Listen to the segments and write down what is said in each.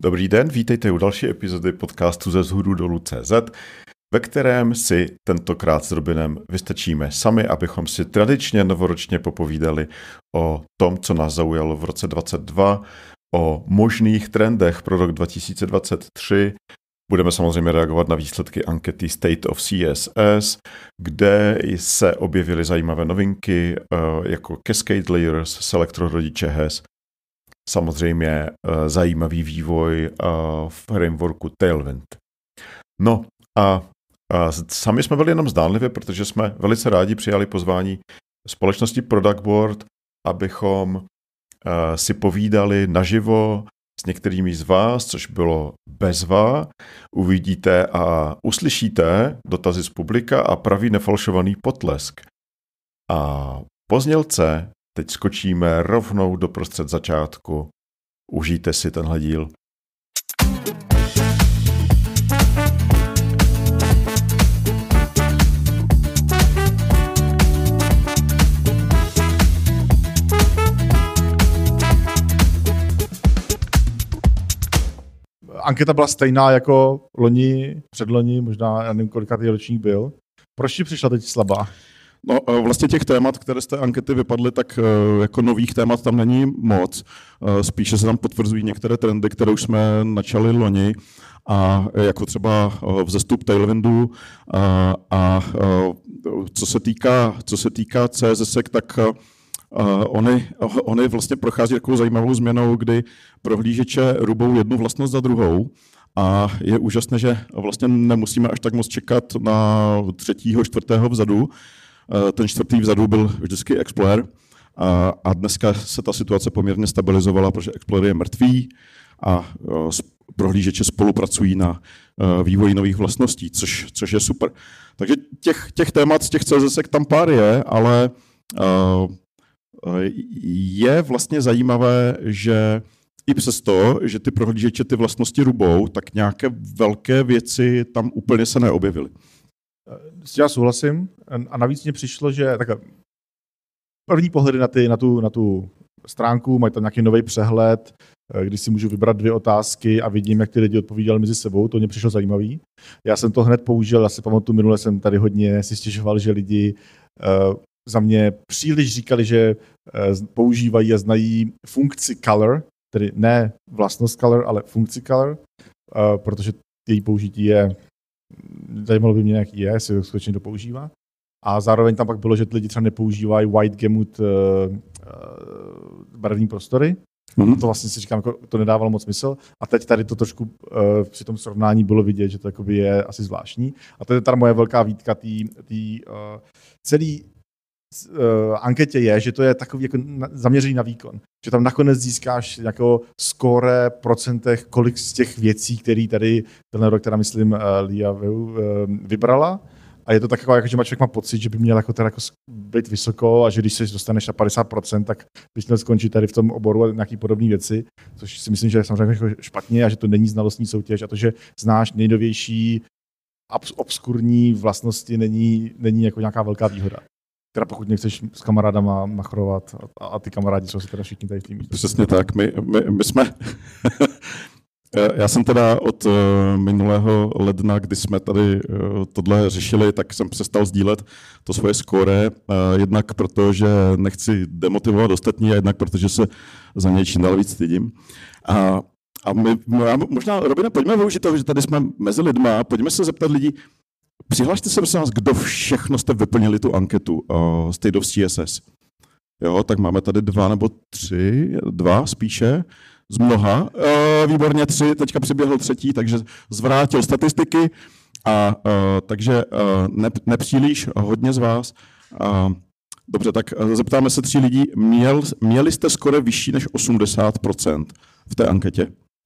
Dobrý den, vítejte u další epizody podcastu Ze vzhůru dolů CZ, ve kterém si tentokrát s Robinem vystačíme sami, abychom si tradičně novoročně popovídali o tom, co nás zaujalo v roce 2022, o možných trendech pro rok 2023. Budeme samozřejmě reagovat na výsledky ankety State of CSS, kde se objevily zajímavé novinky jako Cascade Layers, Selector rodiče HES, samozřejmě zajímavý vývoj v frameworku Tailwind. No a sami jsme byli jenom zdánlivě, protože jsme velice rádi přijali pozvání společnosti Product Board, abychom si povídali naživo s některými z vás, což bylo bezva. Uvidíte a uslyšíte dotazy z publika a pravý nefalšovaný potlesk. A po znělce teď skočíme rovnou do prostřed začátku. Užijte si tenhle díl. Anketa byla stejná jako loni, předloni, možná já nevím, kolikátý ročník byl. Proč ti přišla teď slabá? No, vlastně těch témat, které z té ankety vypadly, tak jako nových témat tam není moc. Spíše se tam potvrzují některé trendy, které už jsme načali loni, a jako třeba vzestup Tailwindu a co se týká CSS, tak Ony vlastně prochází takovou zajímavou změnou, kdy prohlížeče rubou jednu vlastnost za druhou. A je úžasné, že vlastně nemusíme až tak moc čekat na třetího, čtvrtého vzadu. Ten čtvrtý vzadu byl vždycky Explorer a dneska se ta situace poměrně stabilizovala, protože Explorer je mrtvý a prohlížeče spolupracují na vývoji nových vlastností, což je super. Takže těch témat z těch CSS tam pár je, ale je vlastně zajímavé, že i přesto, že ty prohlížeče ty vlastnosti rubou, tak nějaké velké věci tam úplně se neobjevily. S tím já souhlasím a navíc mně přišlo, že takhle, první pohledy na tu stránku, mají tam nějaký nový přehled, kdy si můžu vybrat 2 otázky a vidím, jak ty lidi odpovídali mezi sebou, to mě přišlo zajímavý. Já jsem to hned použil, já si pamatuju, minule jsem tady hodně si stěžoval, že lidi za mě příliš říkali, že používají a znají funkci color, tedy ne vlastnost color, ale funkci color, protože její použití je, zajímalo by mě, jaký je, jestli to skutečně to používá. A zároveň tam pak bylo, že ty lidi třeba nepoužívají white gamut barevní prostory. To vlastně si říkám, jako, to nedávalo moc smysl. A teď tady to trošku při tom srovnání bylo vidět, že to je asi zvláštní. A to je ta moje velká výtka celý anketě je, že to je takový jako zaměřený na výkon. Že tam nakonec získáš jako skóre procentech, kolik z těch věcí, které tady tenhle rok, teda myslím, Lia vybrala. A je to tak jako, že člověk má pocit, že by měl jako být vysoko a že když se dostaneš na 50%, tak bys měl skončit tady v tom oboru a nějaký podobné věci, což si myslím, že je samozřejmě jako špatně a že to není znalostní soutěž a to, že znáš nejnovější obskurní vlastnosti, není jako nějaká velká výhoda. Teda pokud nechceš s kamarádama machrovat a ty kamarádi jsou si teda všichni tady v tým. Přesně tak, my jsme... Já jsem teda od minulého ledna, kdy jsme tady tohle řešili, tak jsem přestal sdílet to svoje skóre, jednak proto, že nechci demotivovat ostatní a jednak protože se za něj čím dál víc stydím. A my možná, Robine, pojďme využít toho, že tady jsme mezi lidma, pojďme se zeptat lidí, přihlašte se prosím vás, kdo všechno jste vyplnili tu anketu State of CSS. Jo, tak máme tady 2 nebo 3, 2 spíše, z mnoha. Výborně 3, teďka přiběhl 3, takže zvrátil statistiky. Takže nepříliš hodně z vás. Dobře, tak zeptáme se 3 lidí. Měli jste skoro vyšší než 80% v té anketě?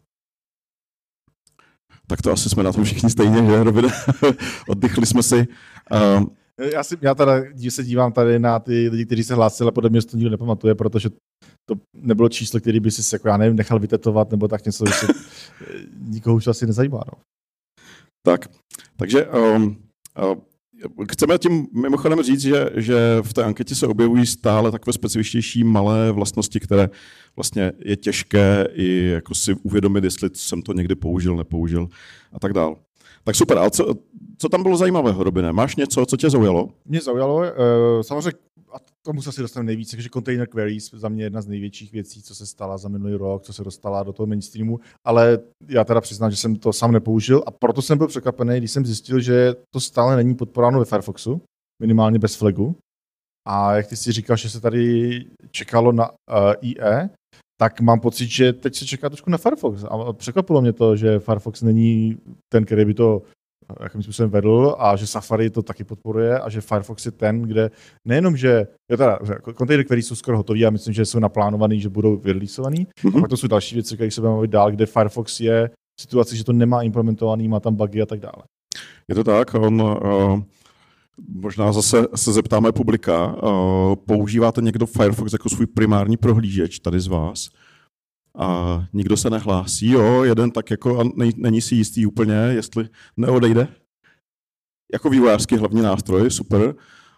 Tak to asi jsme na tom všichni stejně, že, Robine? Oddychli jsme si. Já teda se dívám tady na ty lidi, kteří se hlásili, a podle mě to nikdo nepamatuje, protože to nebylo číslo, který by si jako, já nevím, nechal vytetovat, nebo tak něco, že nikoho už asi nezajímá. No. Takže Chceme tím mimochodem říct, že v té anketě se objevují stále takové specifičtější malé vlastnosti, které vlastně je těžké i jako si uvědomit, jestli jsem to někdy použil, nepoužil a tak dál. Tak super, ale co tam bylo zajímavého, Robine? Máš něco, co tě zaujalo? Mě zaujalo, samozřejmě, a tomu se asi dostaneme nejvíc, takže container queries za mě jedna z největších věcí, co se stala za minulý rok, co se dostala do toho mainstreamu, ale já teda přiznám, že jsem to sám nepoužil a proto jsem byl překvapený, když jsem zjistil, že to stále není podporováno ve Firefoxu, minimálně bez flagu. A jak ty si říkal, že se tady čekalo na IE, tak mám pocit, že teď se čeká trošku na Firefox. A překvapilo mě to, že Firefox není ten, který by to jakým způsobem vedl a že Safari to taky podporuje a že Firefox je ten, kde nejenom, že kontejnery, které jsou skoro hotové, já myslím, že jsou naplánovaný, že budou vyreleasovaný, a pak to jsou další věci, které se budeme mluvit dál, kde Firefox je v situaci, že to nemá implementovaný, má tam bugy a tak dále. Je to tak, možná zase se zeptáme publika, používáte někdo Firefox jako svůj primární prohlížeč tady z vás? A nikdo se nehlásí, jeden tak jako není si jistý úplně, jestli neodejde. Jako vývojářský hlavní nástroj, super.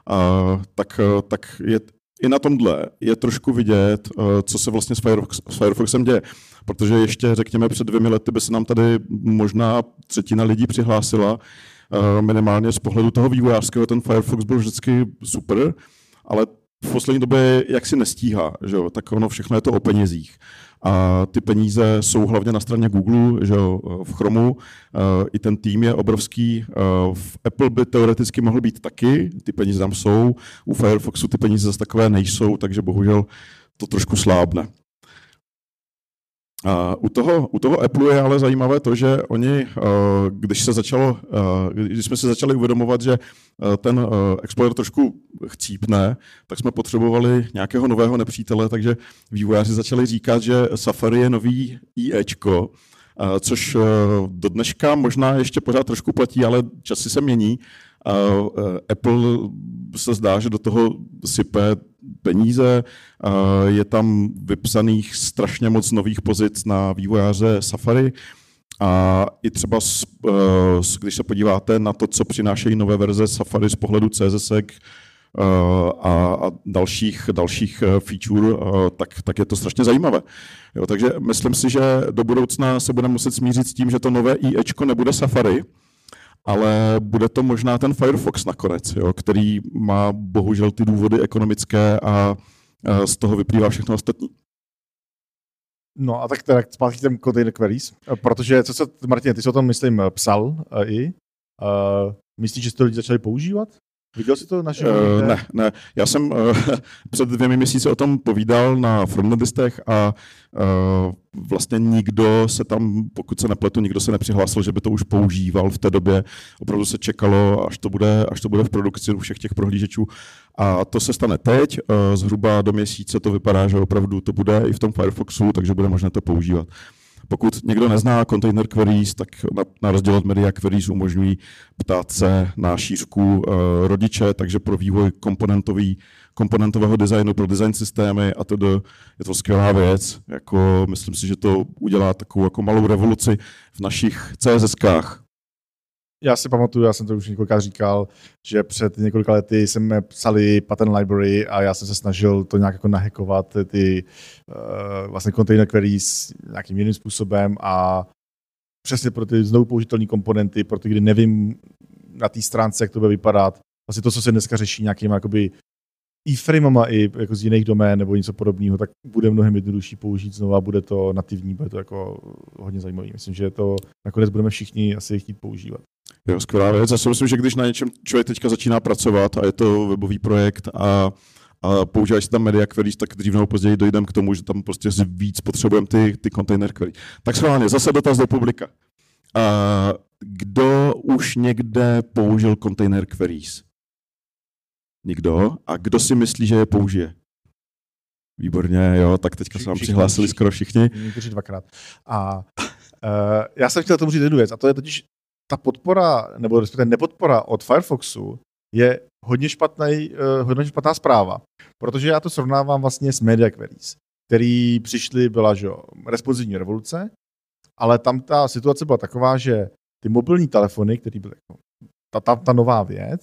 Tak je, i na tomhle je trošku vidět, co se vlastně s Firefoxem děje. Protože ještě, řekněme, před 2 lety by se nám tady možná 1/3 lidí přihlásila. Minimálně z pohledu toho vývojářského ten Firefox byl vždycky super, ale v poslední době jaksi nestíhá, že jo? Tak ono všechno je to o penězích. A ty peníze jsou hlavně na straně Google, že jo? V Chromu. I ten tým je obrovský. V Apple by teoreticky mohl být taky, ty peníze tam jsou. U Firefoxu ty peníze zase takové nejsou, takže bohužel to trošku slábne. U toho Apple je ale zajímavé to, že oni, když jsme se začali uvědomovat, že ten Explorer trošku chcípne, tak jsme potřebovali nějakého nového nepřítele, takže vývojáři začali říkat, že Safari je nový IEčko, což do dneška možná ještě pořád trošku platí, ale časy se mění. Apple se zdá, že do toho sype peníze, je tam vypsaných strašně moc nových pozic na vývojáře Safari a i třeba, když se podíváte na to, co přinášejí nové verze Safari z pohledu CSSek a dalších feature, tak je to strašně zajímavé. Jo, takže myslím si, že do budoucna se budeme muset smířit s tím, že to nové IEčko nebude Safari, ale bude to možná ten Firefox nakonec, jo, který má bohužel ty důvody ekonomické a z toho vyplývá všechno ostatní. No a tak teda zpátky těm container queries, protože Martin, ty jsi o tom, myslím, psal i. Myslíš, že to lidi začali používat? Viděl jsi to naše? Ne. Já jsem před 2 měsíci o tom povídal na frontendistech a vlastně nikdo se tam, pokud se nepletu, nikdo se nepřihlásil, že by to už používal v té době. Opravdu se čekalo, až to bude v produkci u všech těch prohlížečů. A to se stane teď. Zhruba do měsíce to vypadá, že opravdu to bude i v tom Firefoxu, takže bude možné to používat. Pokud někdo nezná container queries, tak na rozdíl od media queries umožňují ptát se na šířku rodiče, takže pro vývoj komponentového designu, pro design systémy a to je to skvělá věc. Jako, myslím si, že to udělá takovou jako malou revoluci v našich CSSkách. Já si pamatuju, já jsem to už několikrát říkal, že před několika lety jsme psali pattern library a já jsem se snažil to nějak jako nahackovat ty vlastně container queries nějakým jiným způsobem a přesně pro ty znovu použitelné komponenty, pro ty, kdy nevím na té stránce, jak to bude vypadat. Vlastně to, co se dneska řeší nějakým jakoby iframama i jako z jiných domén nebo něco podobného, tak bude mnohem jednodušší použít znovu a bude to nativní, bude to jako hodně zajímavý. Myslím, že to nakonec budeme všichni asi chtít používat. Jo, skvělá věc. Já si myslím, že když na něčem člověk teďka začíná pracovat a je to webový projekt a používají se tam media queries, tak dřív nebo později dojdeme k tomu, že tam prostě víc potřebujeme ty container query. Tak schválně, zase dotaz do publika. Kdo už někde použil container queries? Nikdo? A kdo si myslí, že je použije? Výborně, jo, tak teďka se vám přihlásili skoro všichni. Někteří 2krát. A já jsem chtěl tomu říct jednu věc, a to je totiž ta podpora, nebo respektive nepodpora od Firefoxu je hodně špatná zpráva, protože já to srovnávám vlastně s media queries, který přišly, byla že responsivní revoluce, ale tam ta situace byla taková, že ty mobilní telefony, které byly ta nová věc,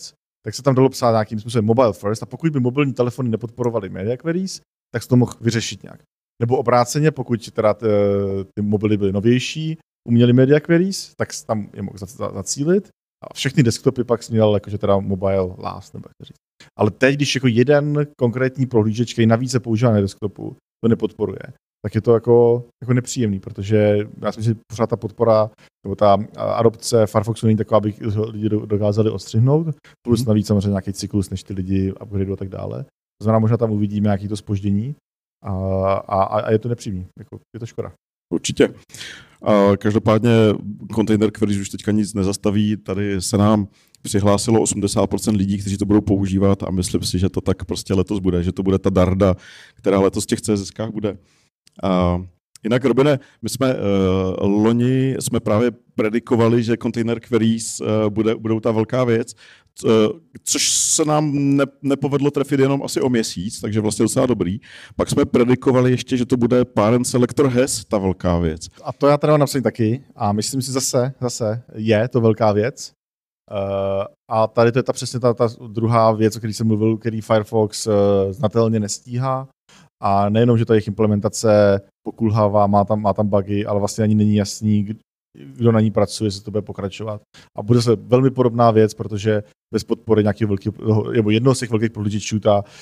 tak se tam dalo psát nějakým způsobem mobile first a pokud by mobilní telefony nepodporovaly media queries, tak se to mohl vyřešit nějak. Nebo obráceně, pokud teda ty mobily byly novější, uměli media queries, tak tam je mohl zacílit a všechny desktopy pak směl jakože teda mobile last, nebo jak říct. Ale teď, když jako jeden konkrétní prohlížeč, který navíc se používá na desktopu, to nepodporuje, tak je to jako nepříjemný, protože já si myslím, že pořád ta podpora nebo ta adopce Firefoxu není taková, aby lidi dokázali odstřihnout, plus navíc samozřejmě nějaký cyklus, než ty lidi upgradeu a tak dále. To znamená, možná tam uvidíme nějaké to zpoždění a je to nepříjemný, jako, je to škoda. Určitě. Každopádně container queries už teďka nic nezastaví, tady se nám přihlásilo 80% lidí, kteří to budou používat a myslím si, že to tak prostě letos bude, že to bude ta darda, která letos v těch CSS-kách bude. Jinak, Robine, my jsme loni jsme právě predikovali, že container queries budou ta velká věc, což se nám nepovedlo trefit jenom asi o měsíc, takže vlastně docela dobrý. Pak jsme predikovali ještě, že to bude parent selector has, ta velká věc. A to já teda mám napsaný taky a myslím si zase je to velká věc. A tady to je přesně ta druhá věc, o které jsem mluvil, který Firefox znatelně nestíhá. A nejenom, že ta jejich implementace pokulhává, má tam bugy, ale vlastně ani není jasný, kdo na ní pracuje, jestli to bude pokračovat. A bude se velmi podobná věc, protože bez podpory nějakého velkého, nebo jednoho z těch velkých prohlížečů,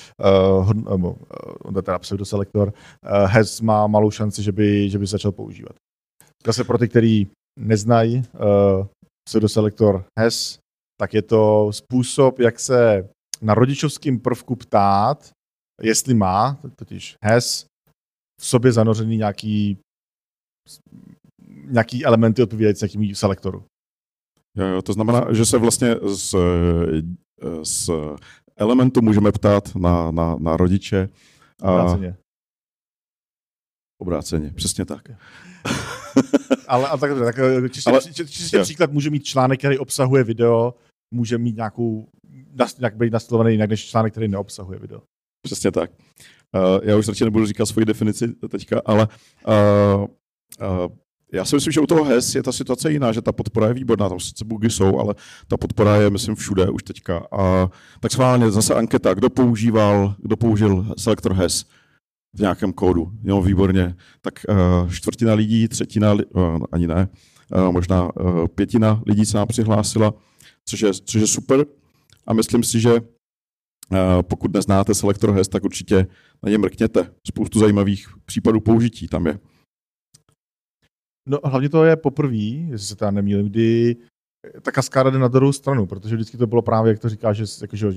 teda pseudoselektor, has má malou šanci, že by začal používat. Zase pro ty, kteří neznají pseudoselektor has, tak je to způsob, jak se na rodičovském prvku ptát, jestli má, totiž has, v sobě zanořený nějaký elementy odpovídající nějakému selektoru. Jo, to znamená, že se vlastně z elementu můžeme ptát na rodiče. Obráceně, přesně tak. Ale čistě příklad může mít článek, který obsahuje video, může mít nějak být nastavený jinak než článek, který neobsahuje video. Přesně tak. Já už radši nebudu říkat svoji definici teďka, ale já si myslím, že u toho HES je ta situace jiná, že ta podpora je výborná, tam sice bugy jsou, ale ta podpora je, myslím, všude už teďka. A tak schválně zase anketa, kdo použil selektor HES v nějakém kódu, jo, výborně. Tak čtvrtina lidí, třetina, ani ne, možná pětina lidí se nám přihlásila, což je super. A myslím si, že pokud neznáte selektor HES, tak určitě na něm mrkněte. Spoustu zajímavých případů použití tam je. No hlavně to je poprvé, jestli se teda nemýlím, kdy ta kaskáda jde na druhou stranu, protože vždycky to bylo právě, jak to říká, že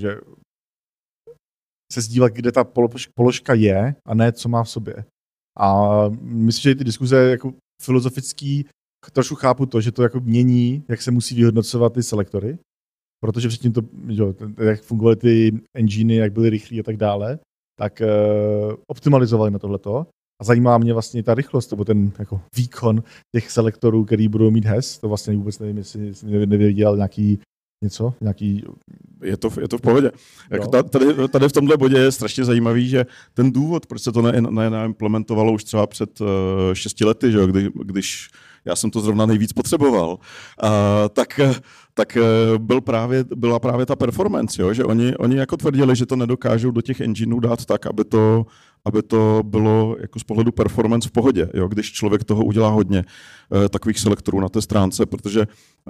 se sdílá, kde ta položka je a ne, co má v sobě. A myslím, že ty diskuze jako filozofický trošku chápu to, že to jako mění, jak se musí vyhodnocovat ty selektory, protože předtím to, jak fungovaly ty enginy, jak byly rychlí a tak dále, tak optimalizovali na tohleto. A zajímá mě vlastně ta rychlost, nebo ten jako výkon těch selektorů, který budou mít HES. To vlastně vůbec nevím, jestli nevěděl nějaký. Je to v pohodě. Tady v tomhle bodě je strašně zajímavý, že ten důvod, proč se to neimplementovalo už třeba před 6 lety, že, když já jsem to zrovna nejvíc potřeboval, tak byla právě ta performance, jo? Že oni jako tvrdili, že to nedokážou do těch engineů dát tak, aby to bylo jako z pohledu performance v pohodě, jo? Když člověk toho udělá hodně takových selektorů na té stránce, protože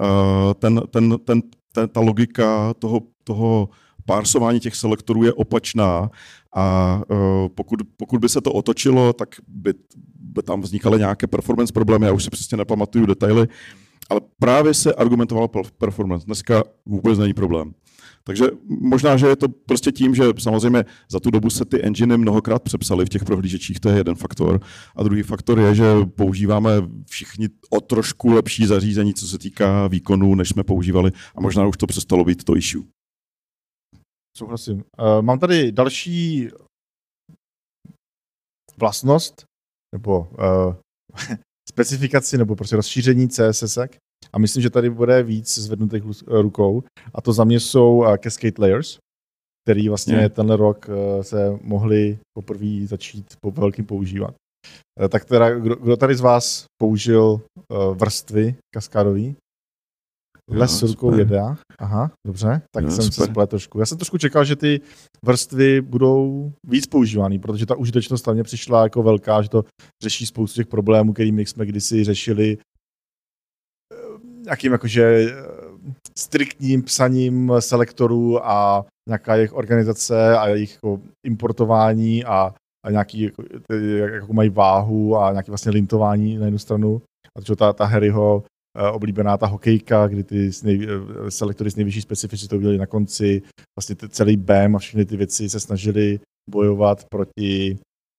ta logika toho parsování těch selektorů je opačná a pokud by se to otočilo, tak by tam vznikaly nějaké performance problémy, já už si přesně nepamatuju detaily, ale právě se argumentovalo performance. Dneska vůbec není problém. Takže možná, že je to prostě tím, že samozřejmě za tu dobu se ty enginy mnohokrát přepsaly v těch prohlížečích, to je jeden faktor. A druhý faktor je, že používáme všichni o trošku lepší zařízení, co se týká výkonu, než jsme používali a možná už to přestalo být to issue. Souhlasím. Mám tady další vlastnost, nebo specifikaci, nebo prostě rozšíření CSS. A myslím, že tady bude víc zvednutých rukou. A to za mě jsou Cascade Layers, který vlastně tenhle rok se mohli poprvé začít po velkým používat. Tak teda, kdo tady z vás použil vrstvy kaskádový? Les s rukou jede. Aha, dobře, tak jsem se splet trošku. Já jsem trošku čekal, že ty vrstvy budou víc používaný, protože ta užitečnost tam mě přišla jako velká, že to řeší spoustu těch problémů, kterými jsme kdysi řešili nějakým jakože striktním psaním selektorů a nějaká jejich organizace a jejich jako importování a nějaký, jako mají váhu a nějaké vlastně lintování na jednu stranu. A ta Harryho oblíbená ta hokejka, kdy ty selektory s nejvyšší specificitou udělali na konci, vlastně celý BEM a všechny ty věci se snažili bojovat proti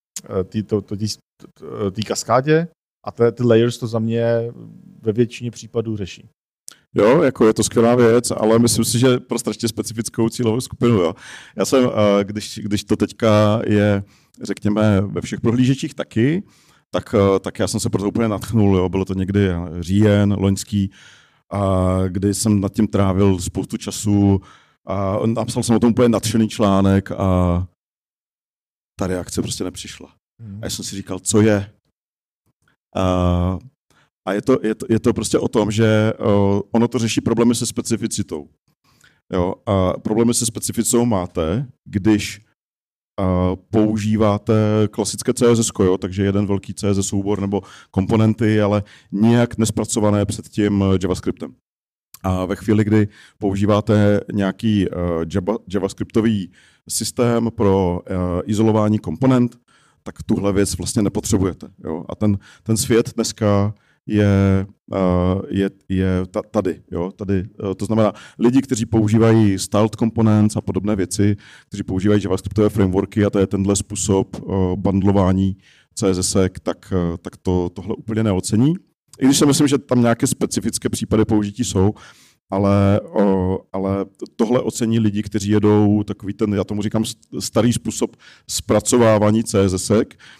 té kaskádě a ty layers to za mě ve většině případů řeší. Jo, jako je to skvělá věc, ale myslím si, že pro strašně specifickou cílovou skupinu. Jo. Já jsem, když to teďka je, řekněme, ve všech prohlížečích taky, tak já jsem se proto úplně nadchnul. Jo. Bylo to někdy říjen, loňský, kdy jsem nad tím trávil spoustu času a napsal jsem o tom úplně nadšený článek a ta reakce prostě nepřišla. A já jsem si říkal, co je? A je to prostě o tom, že ono to řeší problémy se specificitou. Jo? A problémy se specificitou máte, když používáte klasické CSS, jo? Takže jeden velký CSS soubor nebo komponenty, ale nijak nespracované před tím JavaScriptem. A ve chvíli, kdy používáte nějaký javascriptový systém pro izolování komponent, tak tuhle věc vlastně nepotřebujete. Jo? A ten svět dneska je tady. Jo? Tady. To znamená, lidi, kteří používají styled components a podobné věci, kteří používají javascriptové frameworky a to je tenhle způsob bundlování CSS, tak tohle úplně neocení. I když si myslím, že tam nějaké specifické případy použití jsou, ale tohle ocení lidi, kteří jedou takový ten, já tomu říkám, starý způsob zpracovávání CSS,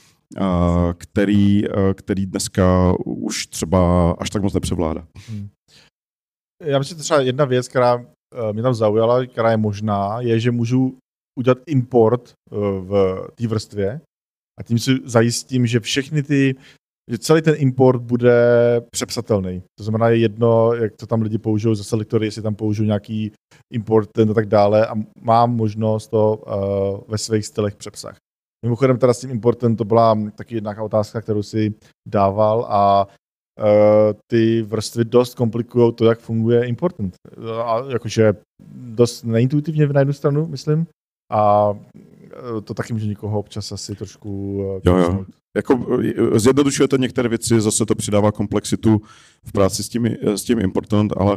který dneska už třeba až tak moc nepřevládá. Já myslím, že třeba jedna věc, která mě tam zaujala, která je možná, je, že můžu udělat import v té vrstvě a tím si zajistím, že že celý ten import bude přepsatelný. To znamená, je jedno, jak to tam lidi použijou za selektory, jestli tam použijou nějaký import a tak dále a mám možnost to ve svých stylech přepsat. Mimochodem teda s tím importem to byla taky jedna otázka, kterou si dával a ty vrstvy dost komplikují to, jak funguje important. A jakože dost neintuitivně na jednu stranu, myslím. A to taky může někoho občas asi trošku... Jo. Jako zjednodušuje to některé věci, zase to přidává komplexitu v práci s tím important, ale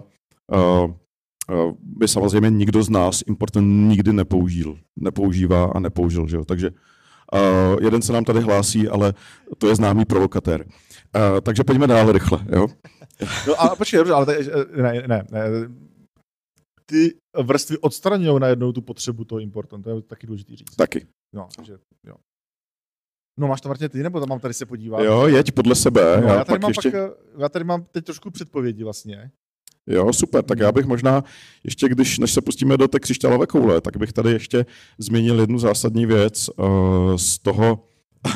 by samozřejmě nikdo z nás important nikdy nepoužívá a nepoužil. Že jo? Takže jeden se nám tady hlásí, ale to je známý provokatér. Takže pojďme dál rychle. Jo? No a počkej, dobře, ale ne. Ty vrstvy odstraňují najednou tu potřebu toho importu, to je taky důležitý říct. Taky. No, takže, jo. No máš to, Martin, ty, nebo to mám tady se podívat? Jo, jeď podle sebe. No, já tady mám teď trošku předpovědi vlastně. Jo, super, tak já bych možná ještě, než se pustíme do té křišťálové koule, tak bych tady ještě zmínil jednu zásadní věc z toho,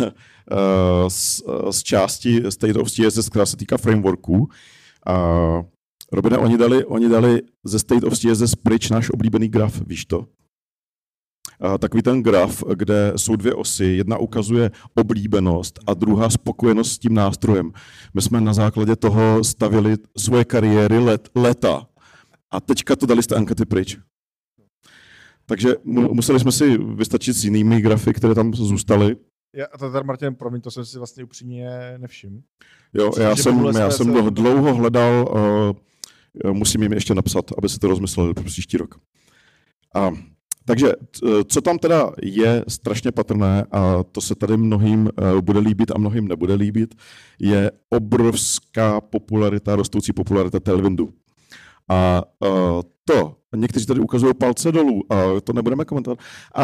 z části State of CSS, která se týká frameworků. Robine, oni dali ze State of CSS pryč náš oblíbený graf, víš to? Takový ten graf, kde jsou dvě osy, jedna ukazuje oblíbenost a druhá spokojenost s tím nástrojem. My jsme na základě toho stavili svoje kariéry leta a teďka to dali z té ankety pryč. Takže museli jsme si vystačit s jinými grafy, které tam zůstaly. A tady, Martin, promiň, to jsem si vlastně upřímně nevšiml. Jo, já jsem dlouho hledal, musím jim ještě napsat, aby si to rozmysleli pro příští rok. Takže co tam teda je strašně patrné, a to se tady mnohým bude líbit a mnohým nebude líbit, je obrovská popularita, rostoucí popularita Tailwindu. A to, někteří tady ukazují palce dolů, a to nebudeme komentovat,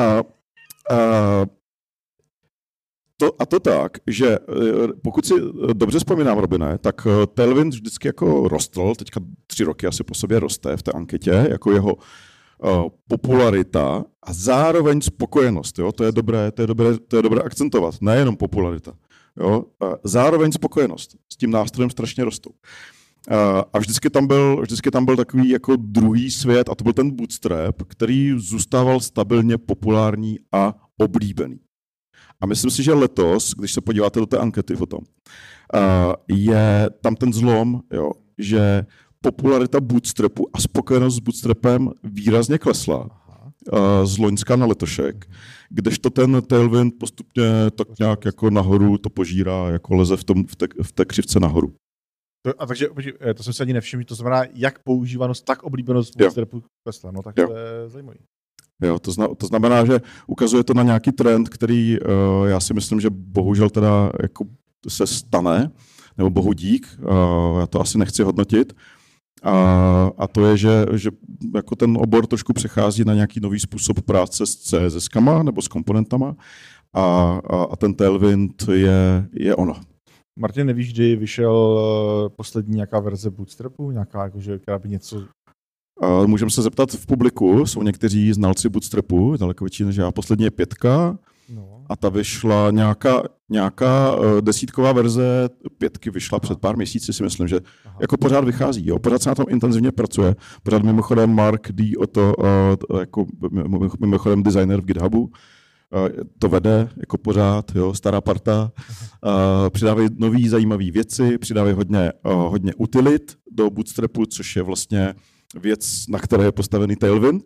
to tak, že pokud si dobře vzpomínám, Robine, tak Tailwind vždycky jako rostl, teďka 3 roky asi po sobě roste v té anketě, jako jeho popularita a zároveň spokojenost. Jo? To je dobré akcentovat, nejenom popularita. Jo? Zároveň spokojenost. S tím nástrojem strašně rostou. A vždycky tam byl takový jako druhý svět a to byl ten bootstrap, který zůstával stabilně populární a oblíbený. A myslím si, že letos, když se podíváte do té ankety o tom, je tam ten zlom, jo, že popularita bootstrapu a spokojenost s bootstrapem výrazně klesla z loňska na letošek, kdežto ten Tailwind postupně tak nějak jako nahoru to požírá, jako leze v té křivce nahoru. Takže to jsem se ani nevšiml, to znamená, jak používanost, tak oblíbenost bootstrapu klesla, no tak to je zajímavý. Jo, to znamená, že ukazuje to na nějaký trend, který já si myslím, že bohužel teda jako se stane, nebo bohu dík, já to asi nechci hodnotit. A to je, že jako ten obor trošku přechází na nějaký nový způsob práce s CSS-kama nebo s komponentama a ten Tailwind je ono. Martin, nevíš, kdy vyšel poslední nějaká verze Bootstrapu? Nějaká, jakože, která by něco... Můžeme se zeptat v publiku, jsou někteří znalci Bootstrapu, daleko větší než já, poslední je 5, a ta vyšla nějaká desítková verze 5 vyšla před pár měsíci, si myslím, že jako pořád vychází, jo, pořád se na tom intenzivně pracuje, pořád mimochodem Mark D. jako mimochodem designer v GitHubu, to vede jako pořád, jo, stará parta, přidávají nový zajímavé věci, přidávají hodně utilit do Bootstrapu, což je vlastně věc, na které je postavený Tailwind,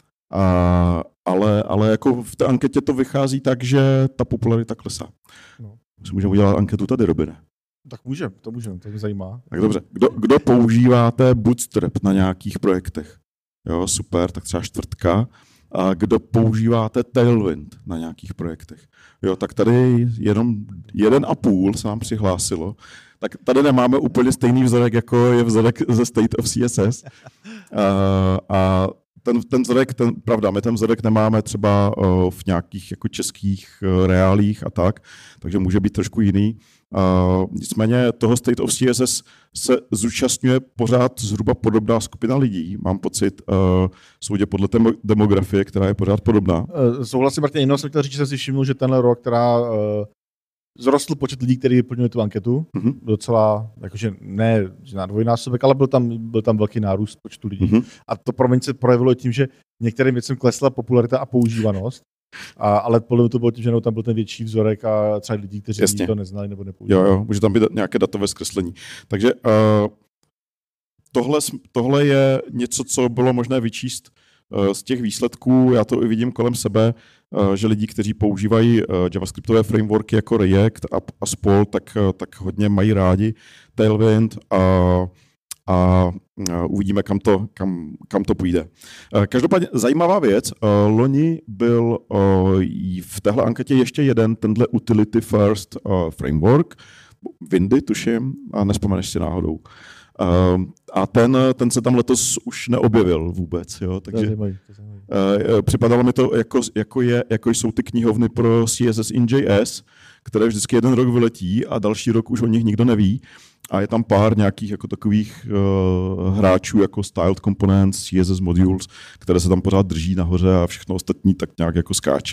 ale jako v té anketě to vychází tak, že ta popularita klesá. No. Můžeme udělat anketu tady, Robine. Tak to můžeme, to mě zajímá. Tak dobře, kdo používáte Bootstrap na nějakých projektech? Jo, super, tak třeba 4. A kdo používáte Tailwind na nějakých projektech? Jo, tak tady jenom 1,5 se nám přihlásilo. Tak tady nemáme úplně stejný vzorek, jako je vzorek ze State of CSS. A ten vzorek, pravda, my ten vzorek nemáme třeba v nějakých jako českých reálích a tak, takže může být trošku jiný. Nicméně toho State of CSS se zúčastňuje pořád zhruba podobná skupina lidí. Mám pocit, soudě podle té demografie, která je pořád podobná. Souhlasím, Martin, jenom jsem chtěl říct, že jsem si všiml, že tenhle rok, zrostl počet lidí, kteří vyplňují tu anketu, docela, jakože ne na dvojnásobek, ale byl tam velký nárůst počtu lidí. A to pro mě se projevilo tím, že některým věcem klesla popularita a používanost, ale podle mě to bylo tím, že tam byl ten větší vzorek a třeba lidí, kteří to neznali nebo nepoužívali. Jo, může tam být nějaké datové zkreslení. Takže tohle je něco, co bylo možné vyčíst z těch výsledků. Já to i vidím kolem sebe, že lidi, kteří používají javascriptové frameworky jako React a spol, tak hodně mají rádi Tailwind a uvidíme, kam to půjde. Každopádně zajímavá věc. Loni byl v téhle anketě ještě jeden tenhle utility first framework, Windy, tuším, a nespomeneš si náhodou. A ten se tam letos už neobjevil vůbec. Jo? Takže připadalo mi to, jako jsou ty knihovny pro CSS in JS, které vždycky jeden rok vyletí a další rok už o nich nikdo neví. A je tam pár nějakých jako takových hráčů jako Styled Components, CSS Modules, které se tam pořád drží nahoře a všechno ostatní tak nějak jako skáče.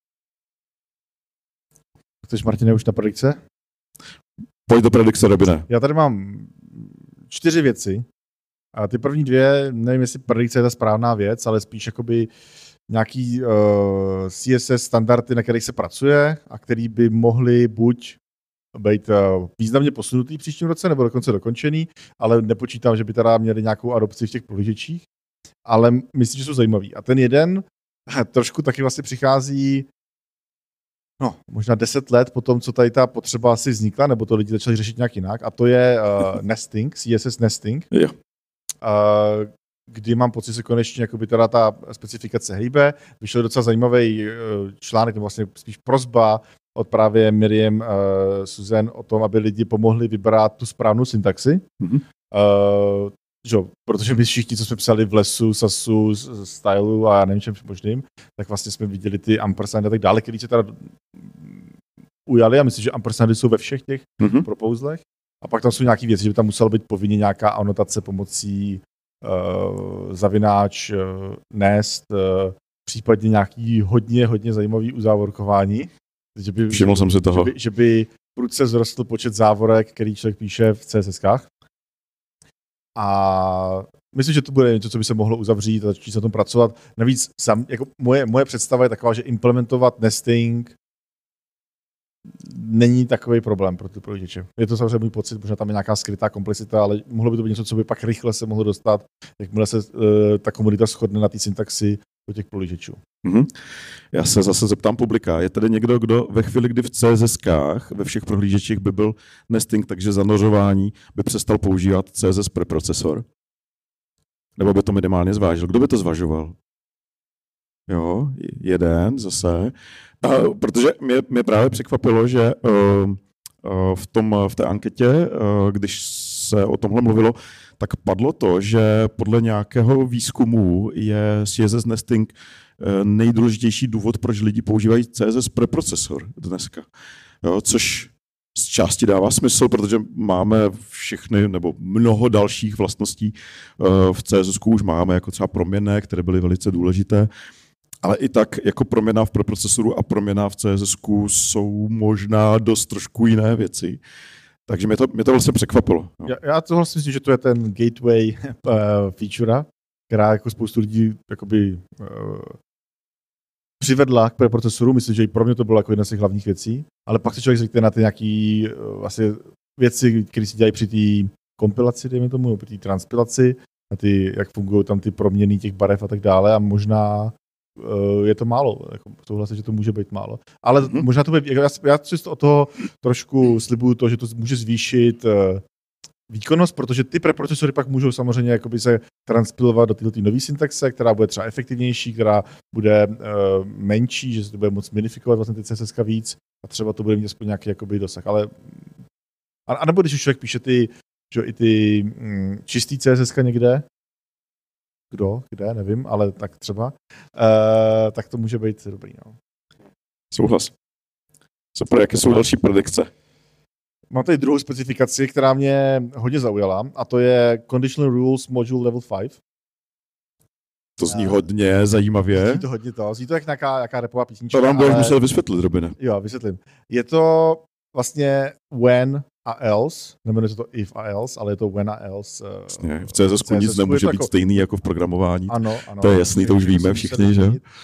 Chceš, Martine, už na predikce? Pojď do predikce, Robine. Já tady mám 4 věci. A ty první 2, nevím, jestli predikce je ta správná věc, ale spíš jakoby nějaký CSS standardy, na kterých se pracuje a který by mohly buď být významně posunutý v příštím roce, nebo dokonce dokončený, ale nepočítám, že by teda měli nějakou adopci v těch prohlížečích, ale myslím, že jsou zajímavý. A ten jeden trošku taky vlastně přichází možná 10 let po tom, co tady ta potřeba asi vznikla, nebo to lidi začali řešit nějak jinak, a to je nesting, CSS nesting, kdy mám pocit, že konečně jakoby teda ta specifikace hejbe. Vyšel docela zajímavý článek, nebo vlastně spíš prosba od právě Miriam Susan o tom, aby lidi pomohli vybrat tu správnou syntaxi. Protože my všichni, co jsme psali v lesu, sasu, stylu a nevím čem možným, tak vlastně jsme viděli ty ampersandy a tak dále, který se teda ujali a myslím, že ampersandy jsou ve všech těch propouzlech. A pak tam jsou nějaké věci, že by tam musela být povinně nějaká anotace pomocí zavináč, nest, případně nějaký hodně zajímavý uzávorkování. Všiml jsem si toho. Že by prudce vzrostl počet závorek, který člověk píše v CSS-kách. A myslím, že to bude něco, co by se mohlo uzavřít a začít se na tom pracovat. Navíc jako moje představa je taková, že implementovat nesting není takový problém pro ty prohlížeče. Je to samozřejmě můj pocit, možná tam je nějaká skrytá komplicita, ale mohlo by to být něco, co by pak rychle se mohlo dostat, jakmile se ta komunita shodne na té syntaxi do těch prohlížečů. Mm-hmm. Já se zase zeptám publika. Je tady někdo, kdo ve chvíli, kdy v CSS-kách ve všech prohlížečích by byl nesting, takže zanořování by přestal používat CSS preprocesor? Nebo by to minimálně zvážil? Kdo by to zvažoval? Jo, jeden zase. Protože mě právě překvapilo, že v té anketě, když se o tomhle mluvilo, tak padlo to, že podle nějakého výzkumu je CSS nesting nejdůležitější důvod, proč lidi používají CSS preprocesor dneska. Jo, což z části dává smysl, protože máme všechny nebo mnoho dalších vlastností v CSS už máme, jako třeba proměnné, které byly velice důležité. Ale i tak jako proměna v preprocesoru a proměna v CSS jsou možná dost trošku jiné věci. Takže mě to vlastně překvapilo. No. Já tohle myslím, že to je ten gateway feature, která jako spoustu lidí jakoby, přivedla k preprocesoru. Myslím, že i pro mě to bylo jako jedna z těch hlavních věcí. Ale pak se člověk zvykne na ty nějaké vlastně věci, které si dělají při té kompilaci, dejme tomu, při té transpilaci, na ty, jak fungují tam ty proměny těch barev a tak dále. A možná je to málo. Jako, souhlasím, že to může být málo. Ale možná to bude, já si od toho trošku slibuju to, že to může zvýšit výkonnost, protože ty preprocesory pak můžou samozřejmě jakoby se transpilovat do této nové syntaxe, která bude třeba efektivnější, která bude menší, že se to bude moct minifikovat vlastně ty CSS víc a třeba to bude mít aspoň nějaký jakoby dosah. Ale a nebo když už člověk píše i ty čistý CSS někde, kde, nevím, ale tak třeba, tak to může být dobrý. No. Souhlas. Super, jaké jsou další predikce? Mám tady druhou specifikaci, která mě hodně zaujala, a to je Conditional Rules Module Level 5. To zní hodně zajímavě. Zní to jak nějaká repová písnička. To vám budeš musel vysvětlit, Robine. Jo, vysvětlím. Je to vlastně when a else, nemenuje se to if a else, ale je to when a else. Vlastně, v CSS nic nemůže být stejný jako v programování. Ano. To je jasný, to už víme všichni, že?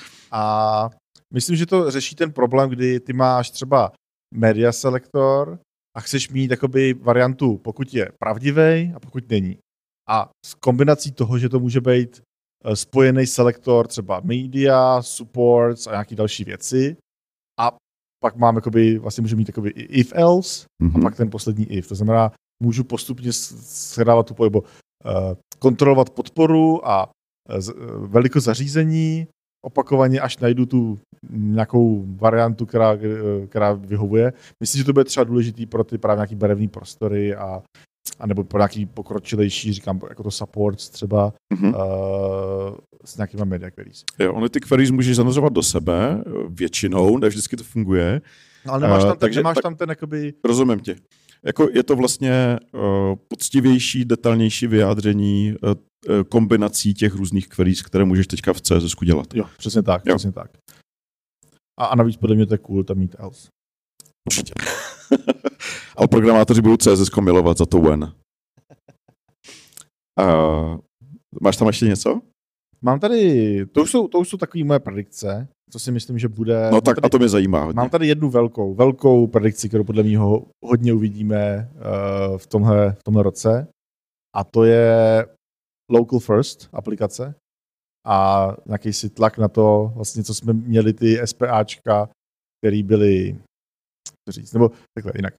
A myslím, že to řeší ten problém, kdy ty máš třeba media selector a chceš mít jakoby variantu, pokud je pravdivý a pokud není. A s kombinací toho, že to může být spojený selektor, třeba media, supports a nějaké další věci. A pak mám jakoby, vlastně můžu mít jakoby if else a pak ten poslední if. To znamená, můžu postupně shledávat tu pohybu, kontrolovat podporu a velikost zařízení, opakovaně, až najdu tu nějakou variantu, která vyhovuje. Myslím, že to bude třeba důležitý pro ty právě nějaký barevný prostory a nebo pro nějaký pokročilejší, říkám, jako to supports třeba s nějakýma media queries. Jo, ony ty queries můžeš zanořovat do sebe, většinou, ne vždycky to funguje. No, ale nemáš tam ten jakoby... Rozumím tě. Jako je to vlastně poctivější, detailnější vyjádření kombinací těch různých queries, které můžeš teďka v CSS dělat. Jo, přesně tak. A navíc podle mě to je cool tam mít else. Určitě. Ale programátoři budou CSS milovat za to when. Máš tam ještě něco? Mám tady, to už jsou takové moje predikce, co si myslím, že bude... No tak a to mě zajímá hodně. Mám tady jednu velkou predikci, kterou podle mě hodně uvidíme v tomhle roce. A to je Local First aplikace. A nějaký si tlak na to, vlastně, co jsme měli ty SPAčka, který byly, nebo takhle jinak.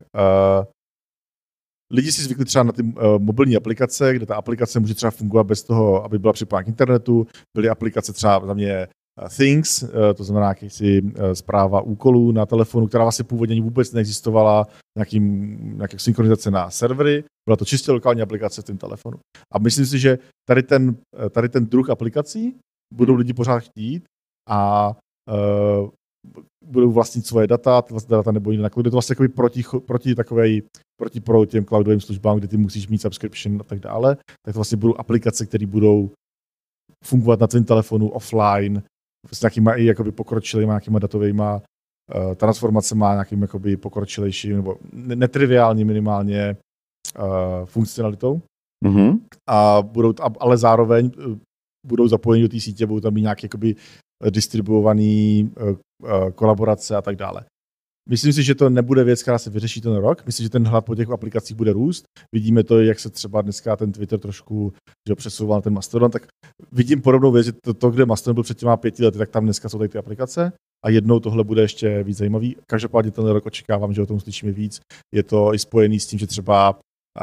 Lidi si zvykli třeba na ty mobilní aplikace, kde ta aplikace může třeba fungovat bez toho, aby byla připojena k internetu. Byly aplikace třeba za mě Things, to znamená jakýsi správa úkolů na telefonu, která vlastně původně vůbec neexistovala, nějaké synchronizace na servery. Byla to čistě lokální aplikace v tom telefonu. A myslím si, že tady ten druh aplikací budou lidi pořád chtít a budou vlastnit svoje data nebo jinak. Je to vlastně proti těm cloudovým službám, kde ty musíš mít subscription a tak dále. Tak to vlastně budou aplikace, které budou fungovat na tvém telefonu offline s nějakýma i jakoby pokročilýma nějakýma datovýma transformacema, nějakým jakoby pokročilejším nebo netriviální minimálně funkcionalitou. a ale zároveň budou zapojeni do té sítě, budou tam mít nějaké jakoby distribuované kolaborace a tak dále. Myslím si, že to nebude věc, která se vyřeší ten rok. Myslím, že ten hlad po těch aplikacích bude růst. Vidíme to, jak se třeba dneska ten Twitter trošku přesouval na ten Mastodon, tak vidím podobnou věc, že to, kde Mastodon byl před těma 5 lety, tak tam dneska jsou tady ty aplikace a jednou tohle bude ještě víc zajímavý. Každopádně ten rok očekávám, že o tom slyšíme víc. Je to i spojený s tím, že třeba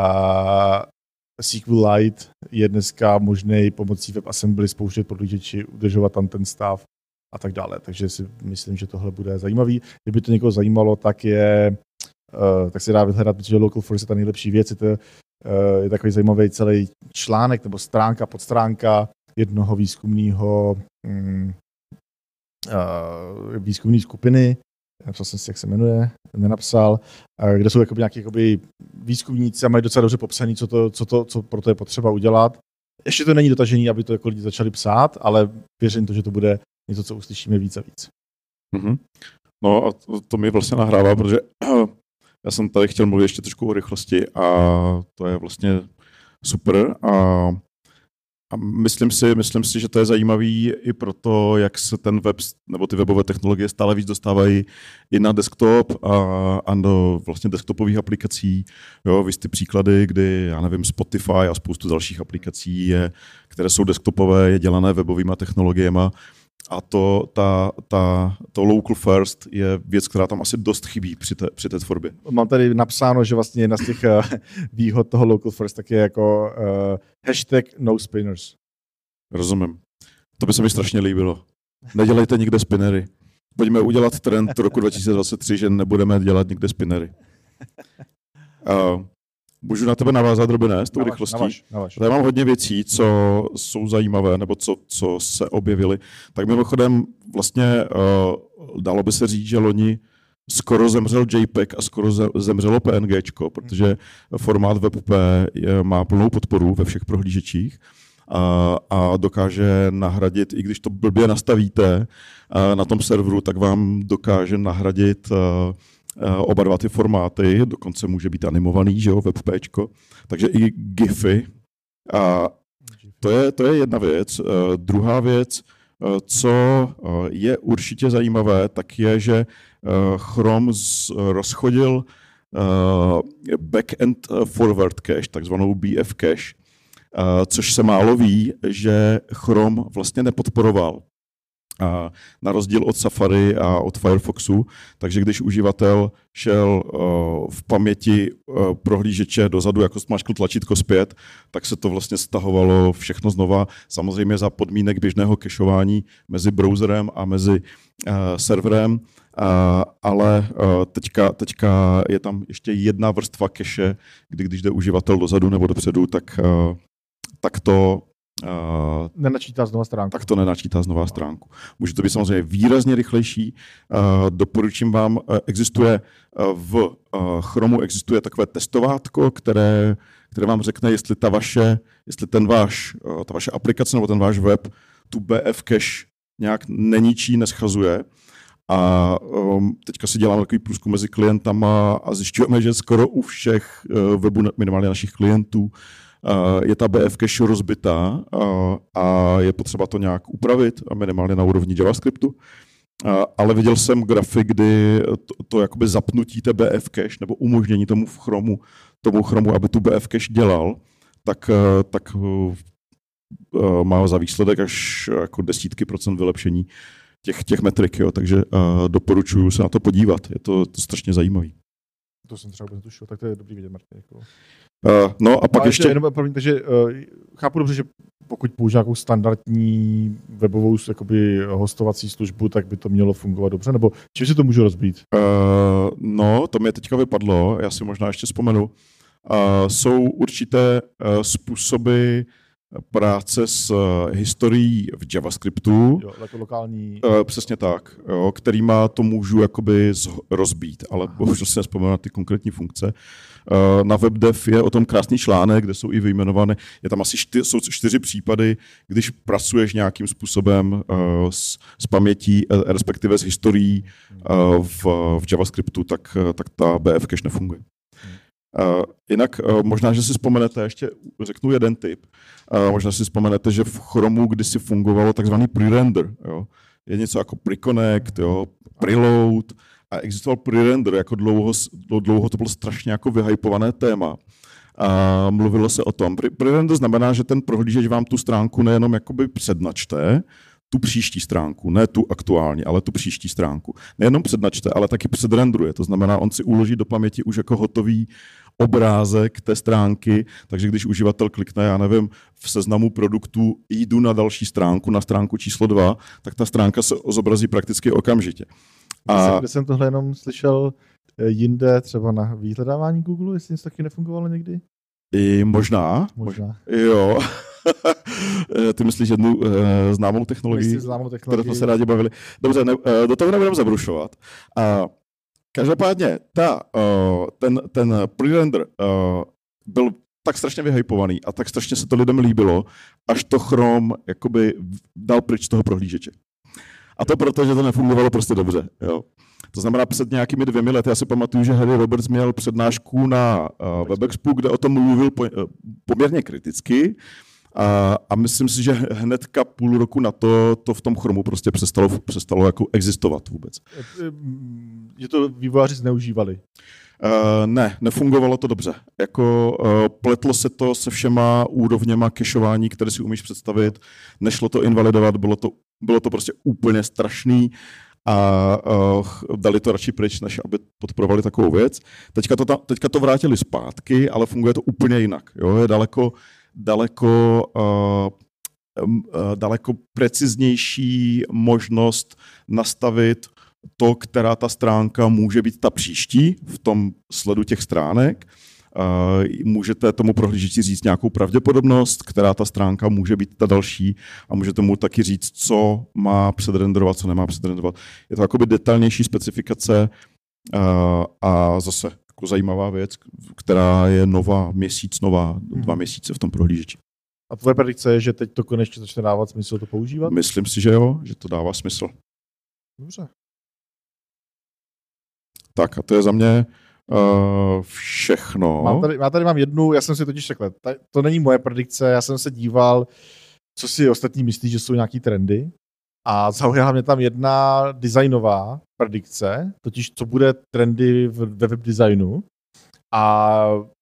SQLite je dneska možný pomocí WebAssembly spouštět prohlížeči, udržovat tam ten stav a tak dále. Takže si myslím, že tohle bude zajímavý. Kdyby to někoho zajímalo, tak se dá vyhledat, protože Localforce je ta nejlepší věc. Je takový zajímavý celý článek nebo stránka, podstránka jednoho výzkumné skupiny, napsal jsem si, jak se jmenuje, nenapsal, kde jsou nějaký výzkumníci a mají docela dobře popsaný, co pro to je potřeba udělat. Ještě to není dotažený, aby to jako lidi začali psát, ale věřím to, že to bude něco, co uslyšíme víc a víc. Mm-hmm. No a to mi vlastně nahrává, protože já jsem tady chtěl mluvit ještě trošku o rychlosti a to je vlastně super a myslím si, že to je zajímavý i proto, jak se ten web nebo ty webové technologie stále víc dostávají i na desktop a do vlastně desktopových aplikací. Jo, víš ty příklady, kdy, já nevím, Spotify a spoustu dalších aplikací, které jsou desktopové, je dělané webovými technologiemi. A to local first je věc, která tam asi dost chybí při té tvorbě. Mám tady napsáno, že vlastně jedna z těch výhod toho local first tak je jako hashtag no spinners. Rozumím. To by se mi strašně líbilo. Nedělejte nikde spinnery. Pojďme udělat trend roku 2023, že nebudeme dělat nikde spinnery. Můžu na tebe navázat, Robine, s tou rychlostí? Tady mám hodně věcí, co jsou zajímavé, nebo co se objevily. Tak mimochodem vlastně dalo by se říct, že loni skoro zemřel JPEG a skoro zemřelo PNGčko, protože formát WebP má plnou podporu ve všech prohlížečích a dokáže nahradit, i když to blbě nastavíte na tom serveru, tak vám dokáže nahradit oba dva ty formáty, dokonce může být animovaný, že jo, WebPčko, takže i GIFy. A to je jedna věc. Druhá věc, co je určitě zajímavé, tak je, že Chrome rozchodil backend forward cache, takzvanou BF cache, což se málo ví, že Chrome vlastně nepodporoval. Na rozdíl od Safari a od Firefoxu, takže když uživatel šel v paměti prohlížeče dozadu, jako smáčkl tlačítko zpět, tak se to vlastně stahovalo všechno znova, samozřejmě za podmínek běžného cacheování mezi browserem a mezi serverem, ale teďka je tam ještě jedna vrstva cache, když jde uživatel dozadu nebo dopředu, tak to nenačítá znova stránku. Tak to nenačítá znova stránku. Může to být samozřejmě výrazně rychlejší. Doporučím vám, existuje v Chromu existuje takové testovátko, které vám řekne, jestli ta vaše aplikace nebo ten váš web tu BF cache nějak neničí, neschazuje. A teďka si děláme takový průzkum mezi klientama a zjišťujeme, že skoro u všech webů, minimálně našich klientů, je ta BF cache rozbitá a je potřeba to nějak upravit, a minimálně na úrovni JavaScriptu. Ale viděl jsem grafy, kdy to jakoby zapnutí té BF cache nebo umožnění tomu Chromu, aby tu BF cache dělal, tak má za výsledek až jako desítky procent vylepšení těch metrik. Jo. Takže doporučuji se na to podívat. Je to strašně zajímavý. To jsem třeba vůbec netušil, tak to je dobrý vidět, Martin. Jako. No a pak ještě... Takže chápu dobře, že pokud použiju nějakou standardní webovou jakoby, hostovací službu, tak by to mělo fungovat dobře, nebo čím si to můžu rozbít? No, to mě teďka vypadlo, já si možná ještě vzpomenu. Jsou určité způsoby práce s historií v JavaScriptu. Jo, jako lokální... Přesně tak, jo, kterýma to můžu jakoby rozbít, ale bohužel si nespomenu na ty konkrétní funkce. Na WebDev je o tom krásný článek, kde jsou i vyjmenované. Je tam asi 4 případy, když pracuješ nějakým způsobem s pamětí, respektive s historií v JavaScriptu, tak ta BF cache nefunguje. Jinak možná, že si vzpomenete, ještě řeknu jeden tip, možná si vzpomenete, že v Chromu kdysi fungovalo takzvaný pre-render. Jo? Je něco jako pre-connect, jo? Preload a existoval pre-render, jako dlouho to bylo strašně jako vyhypované téma. A mluvilo se o tom. Pre-render znamená, že ten prohlížeč vám tu stránku nejenom jakoby přednačte, tu příští stránku, ne tu aktuální, ale tu příští stránku. Nejenom přednačte, ale taky předrendruje. To znamená, on si uloží do paměti už jako hotový obrázek té stránky, takže když uživatel klikne, já nevím, v seznamu produktů jdu na další stránku, na stránku číslo 2, tak ta stránka se zobrazí prakticky okamžitě. Kde jsem tohle jenom slyšel jinde, třeba na vyhledávání Google, jestli něco taky nefungovalo někdy? I možná. Jo. Ty myslíš jednu známou technologii, které jsme se rádi bavili. Dobře, do toho nebudeme zabrušovat. Každopádně ten pre-render byl tak strašně vyhypovaný a tak strašně se to lidem líbilo, až to Chrome jakoby dal pryč z toho prohlížeče. A to proto, že to nefungovalo prostě dobře. Jo. To znamená, před nějakými 2 lety, já si pamatuju, že Harry Roberts měl přednášku na WebExpu, kde o tom mluvil poměrně kriticky a myslím si, že hnedka půl roku na to v tom Chromu prostě přestalo jako existovat vůbec. Že to vývojáři zneužívali? Nefungovalo to dobře. Pletlo se to se všema úrovněma cacheování, které si umíš představit. Nešlo to invalidovat, bylo to prostě úplně strašný a dali to radši pryč, než aby podporovali takovou věc. Teďka to vrátili zpátky, ale funguje to úplně jinak. Jo? Je daleko preciznější možnost nastavit to, která ta stránka může být ta příští v tom sledu těch stránek. Můžete tomu prohlížeči říct nějakou pravděpodobnost, která ta stránka může být ta další a můžete mu taky říct, co má předrenderovat, co nemá předrenderovat. Je to jakoby detailnější specifikace a zase jako zajímavá věc, která je nová, 2 měsíce v tom prohlížeči. A tvoje predikce je, že teď to konečně začne dávat smysl to používat? Myslím si, že jo, že to dává smysl. Dobře. Tak a to je za mě všechno. Já tady mám jednu, já jsem si totiž řekl, to není moje predikce, já jsem se díval, co si ostatní myslí, že jsou nějaký trendy a zaujala mě tam jedna designová predikce, totiž co bude trendy ve webdesignu a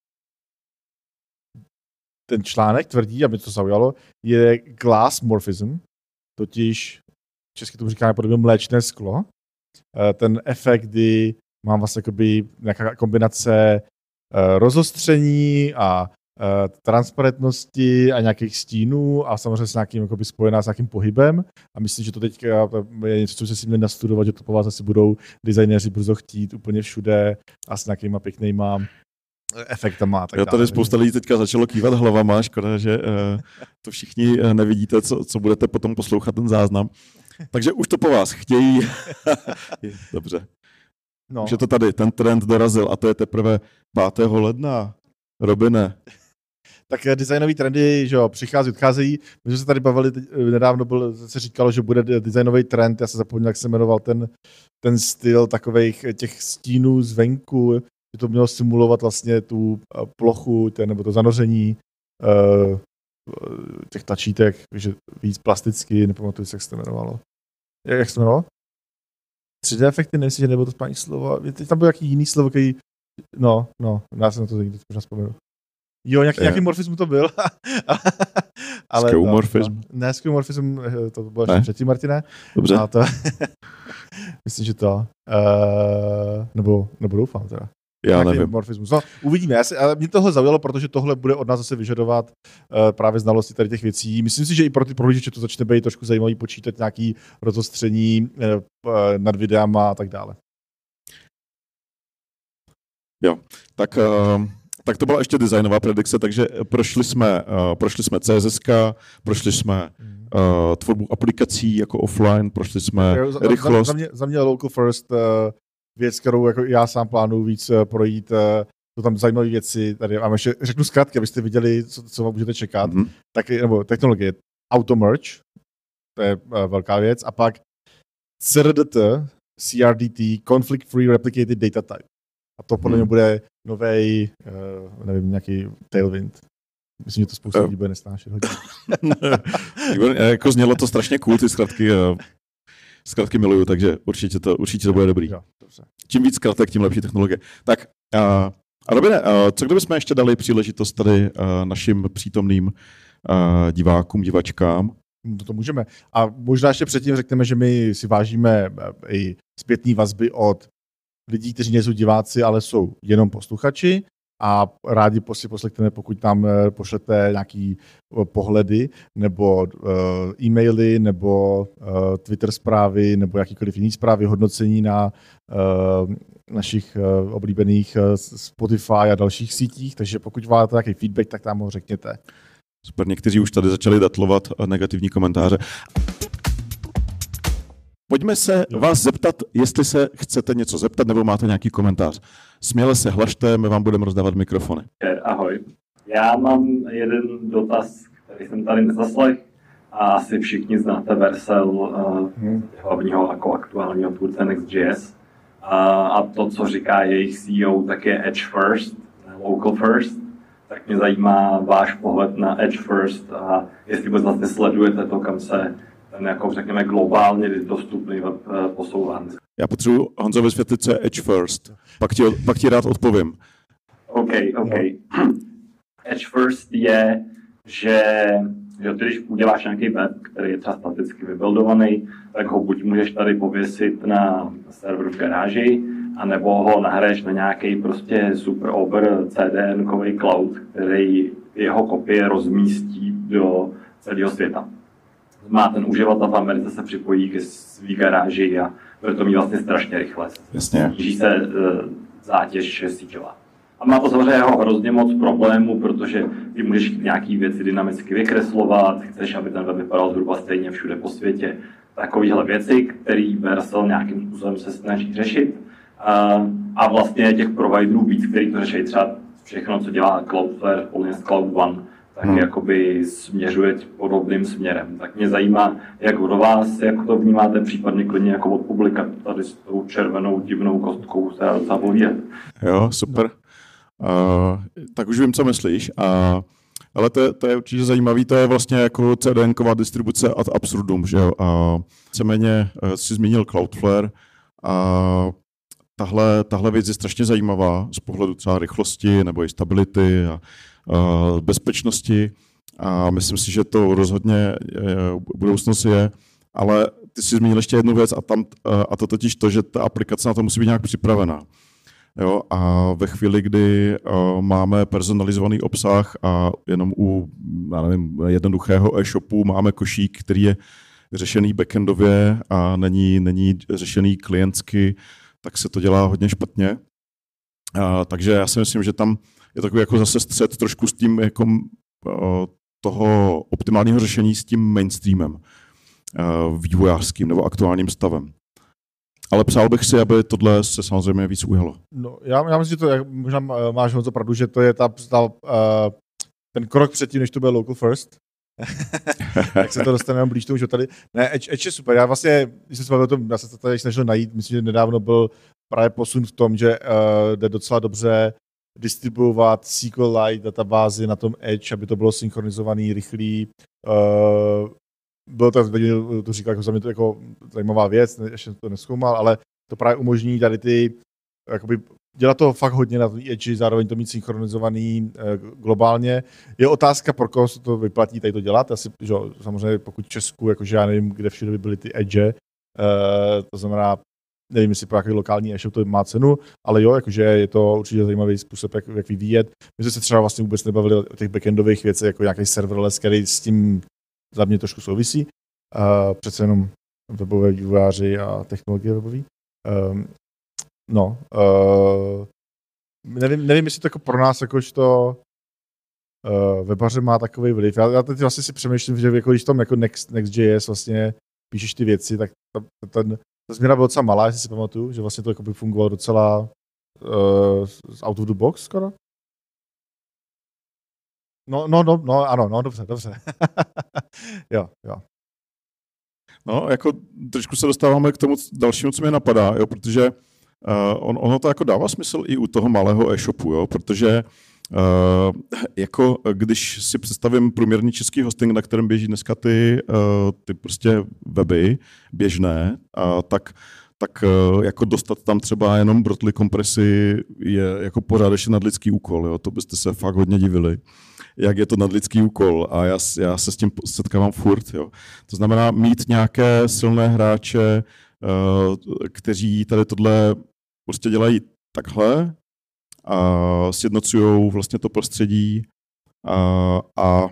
ten článek tvrdí, aby to zaujalo, je glass morphism, totiž česky tomu říkáme podobně mléčné sklo, ten efekt, kdy mám vlastně nějaká kombinace rozostření a transparentnosti a nějakých stínů a samozřejmě s nějakým spojená s nějakým pohybem a myslím, že to teď je něco, co si měli nastudovat, že to po vás asi budou designéři brzo chtít úplně všude a s nějakýma pěknýma efektama. Tak tady spousta lidí teďka začalo kývat hlavama, škoda, že to všichni nevidíte, co budete potom poslouchat ten záznam. Takže už to po vás chtějí. Dobře. No. Už je to tady, ten trend dorazil a to je teprve 5. ledna. Robine. Tak designové trendy, že jo, přichází, odcházejí. My jsme se tady bavili, nedávno se říkalo, že bude designový trend, já se zapomněl, jak se jmenoval ten styl takových těch stínů zvenku, že to mělo simulovat vlastně tu plochu, nebo to zanoření těch tačítek, že víc plasticky, nepamatuji se, jak se to jmenovalo. Jak se to jmenovalo? 3D efekty, nevím si, že nebylo to správný slovo. Teď tam byl nějaký jiný slovo, který... No, já jsem na to někdy možná vzpomenu. Jo, nějaký morfism to byl. Ale skeuomorfism? Ne, skeuomorfism, to bylo ještě předtím, Martine. Dobře. A to, myslím, že to... nebo doufám teda. Já nevím. Morfismus. No, uvidíme. Ale mě tohle zaujalo, protože tohle bude od nás zase vyžadovat právě znalosti tady těch věcí. Myslím si, že i pro ty prohlížeče to začne být trošku zajímavý počítat nějaký rozostření nad videama a tak dále. Jo, tak to byla ještě designová predikce, takže prošli jsme CSS, prošli jsme tvorbu aplikací jako offline, prošli jsme rychlost. Za mě local first věc, kterou jako já sám plánuju víc projít, jsou tam zajímavé věci, tady mám ještě, řeknu zkrátky, abyste viděli, co vám můžete čekat, nebo technologie, auto merge, to je velká věc, a pak CRDT, Conflict Free Replicated Data Type. A to podle mě bude novej, nevím, nějaký Tailwind. Myslím, že to spousta lidí bude nesnášet hodně. Jako znělo to strašně cool, ty zkratky miluju, takže určitě to bude dobrý. Jo, čím víc zkratek, tím lepší technologie. Tak a Robine, co kdybychom ještě dali příležitost tady našim přítomným divákům, divačkám? To můžeme. A možná ještě předtím řekneme, že my si vážíme i zpětné vazby od lidí, kteří nejsou diváci, ale jsou jenom posluchači a rádi si poslechneme, pokud tam pošlete nějaký pohledy nebo e-maily nebo Twitter zprávy nebo jakýkoliv jiný zprávy, hodnocení na našich oblíbených Spotify a dalších sítích, takže pokud máte nějaký feedback, tak tam ho řekněte. Super, někteří už tady začali datlovat negativní komentáře. Pojďme se vás zeptat, jestli se chcete něco zeptat, nebo máte nějaký komentář. Směle se hlašte, my vám budeme rozdávat mikrofony. Ahoj. Já mám jeden dotaz, který jsem tady nezaslech a asi všichni znáte Vercel, hlavního jako aktuálního tvůrce Next.js. A to, co říká jejich CEO, tak je Edge First, Local First. Tak mě zajímá váš pohled na Edge First a jestli vůbec vlastně sledujete to, kam se ten, jako řekněme, globálně dostupný web posouvá. Já potřebuji Honzo vysvětlit, co je Edge First. Pak ti rád odpovím. OK. Edge First je, že když uděláš nějaký web, který je třeba staticky vybuildovaný, tak ho buď můžeš tady pověsit na server v garáži, anebo ho nahraješ na nějaký prostě super over CDN-kový cloud, který jeho kopie rozmístí do celého světa. Má ten uživatel v Americe se připojí ke svý garáži a bude to mít vlastně strašně rychle. Sníží se zátěž síťová. A má to samozřejmě hrozně moc problémů, protože ty můžeš nějaký věci dynamicky vykreslovat, chceš, aby ten web vypadal zhruba stejně všude po světě. Takovéhle věci, které Vercel nějakým způsobem se snaží řešit. A vlastně těch providerů víc, který to řeší, třeba všechno, co dělá Cloudflare, společně s Cloud One, tak jakoby směřuje podobným směrem. Tak mě zajímá, jak od vás, jak to vnímáte, případně klidně jako od publika, tady s tou červenou divnou kostkou se docela povídat. Jo, super. Tak už vím, co myslíš. Ale to je určitě zajímavý, to je vlastně jako CDN-ková distribuce ad absurdum, že jo. Víceméně si zmínil Cloudflare a tahle věc je strašně zajímavá z pohledu třeba rychlosti nebo i stability a bezpečnosti a myslím si, že to rozhodně budoucnost je, ale ty jsi zmínil ještě jednu věc a to totiž to, že ta aplikace na to musí být nějak připravená. Jo, a ve chvíli, kdy máme personalizovaný obsah a jenom u jednoduchého e-shopu máme košík, který je řešený backendově a není řešený klientsky, tak se to dělá hodně špatně. Takže já si myslím, že tam je takový jako zase střed trošku s tím jako toho optimálního řešení s tím mainstreamem vývojářským nebo aktuálním stavem. Ale přál bych si, aby tohle se samozřejmě víc ujalo. No, já myslím, že to je, možná máš Honzo pravdu, že to je ten krok předtím, než to bude local first. Jak se to dostaneme blíž tomu, že tady... Ne, Edge je super. Já vlastně, když jsem se bavil o tom, já se to tady snažil najít, myslím, že nedávno byl právě posun v tom, že jde docela dobře distribuovat SQLite databázy na tom Edge, aby to bylo synchronizovaný, rychlý. Bylo to říkal, jako za mě to jako zajímavá věc, ještě to nezkoumal, ale to právě umožní tady ty, jakoby, dělat to fakt hodně na Edge, zároveň to mít synchronizovaný globálně. Je otázka, pro koho se to vyplatí tady to dělat. Asi, že, samozřejmě pokud v Česku, jakože já nevím, kde všude by byly ty Edge, to znamená, nevím, jestli pro jaký lokální e-shop to má cenu, ale jo, jakože je to určitě zajímavý způsob, jak vyvíjet. My jsme se třeba vlastně vůbec nebavili o těch backendových věcech, jako nějaký serverless, který s tím za mě trošku souvisí. Přece jenom webové vývojáři a technologie webový. Nevím, jestli to jako pro nás jakožto webaře má takový vliv. Já teď vlastně si přemýšlím, že jako když tam jako Next.js vlastně píšeš ty věci, tak ta změna byla docela malá, jestli si pamatuju, že vlastně to jako by fungovalo docela out of the box skoro. Ano, dobře. jo. No, jako trošku se dostáváme k tomu dalšímu, co mě napadá, jo, protože ono to jako dává smysl i u toho malého e-shopu, jo? Protože jako když si představím průměrný český hosting, na kterém běží dneska ty prostě weby běžné, tak jako dostat tam třeba jenom Brotli kompresy je jako pořád ještě nadlidský úkol. Jo? To byste se fakt hodně divili, jak je to nadlidský úkol a já se s tím setkávám furt. Jo? To znamená mít nějaké silné hráče, kteří tady tohle prostě dělají takhle a sjednocují vlastně to prostředí a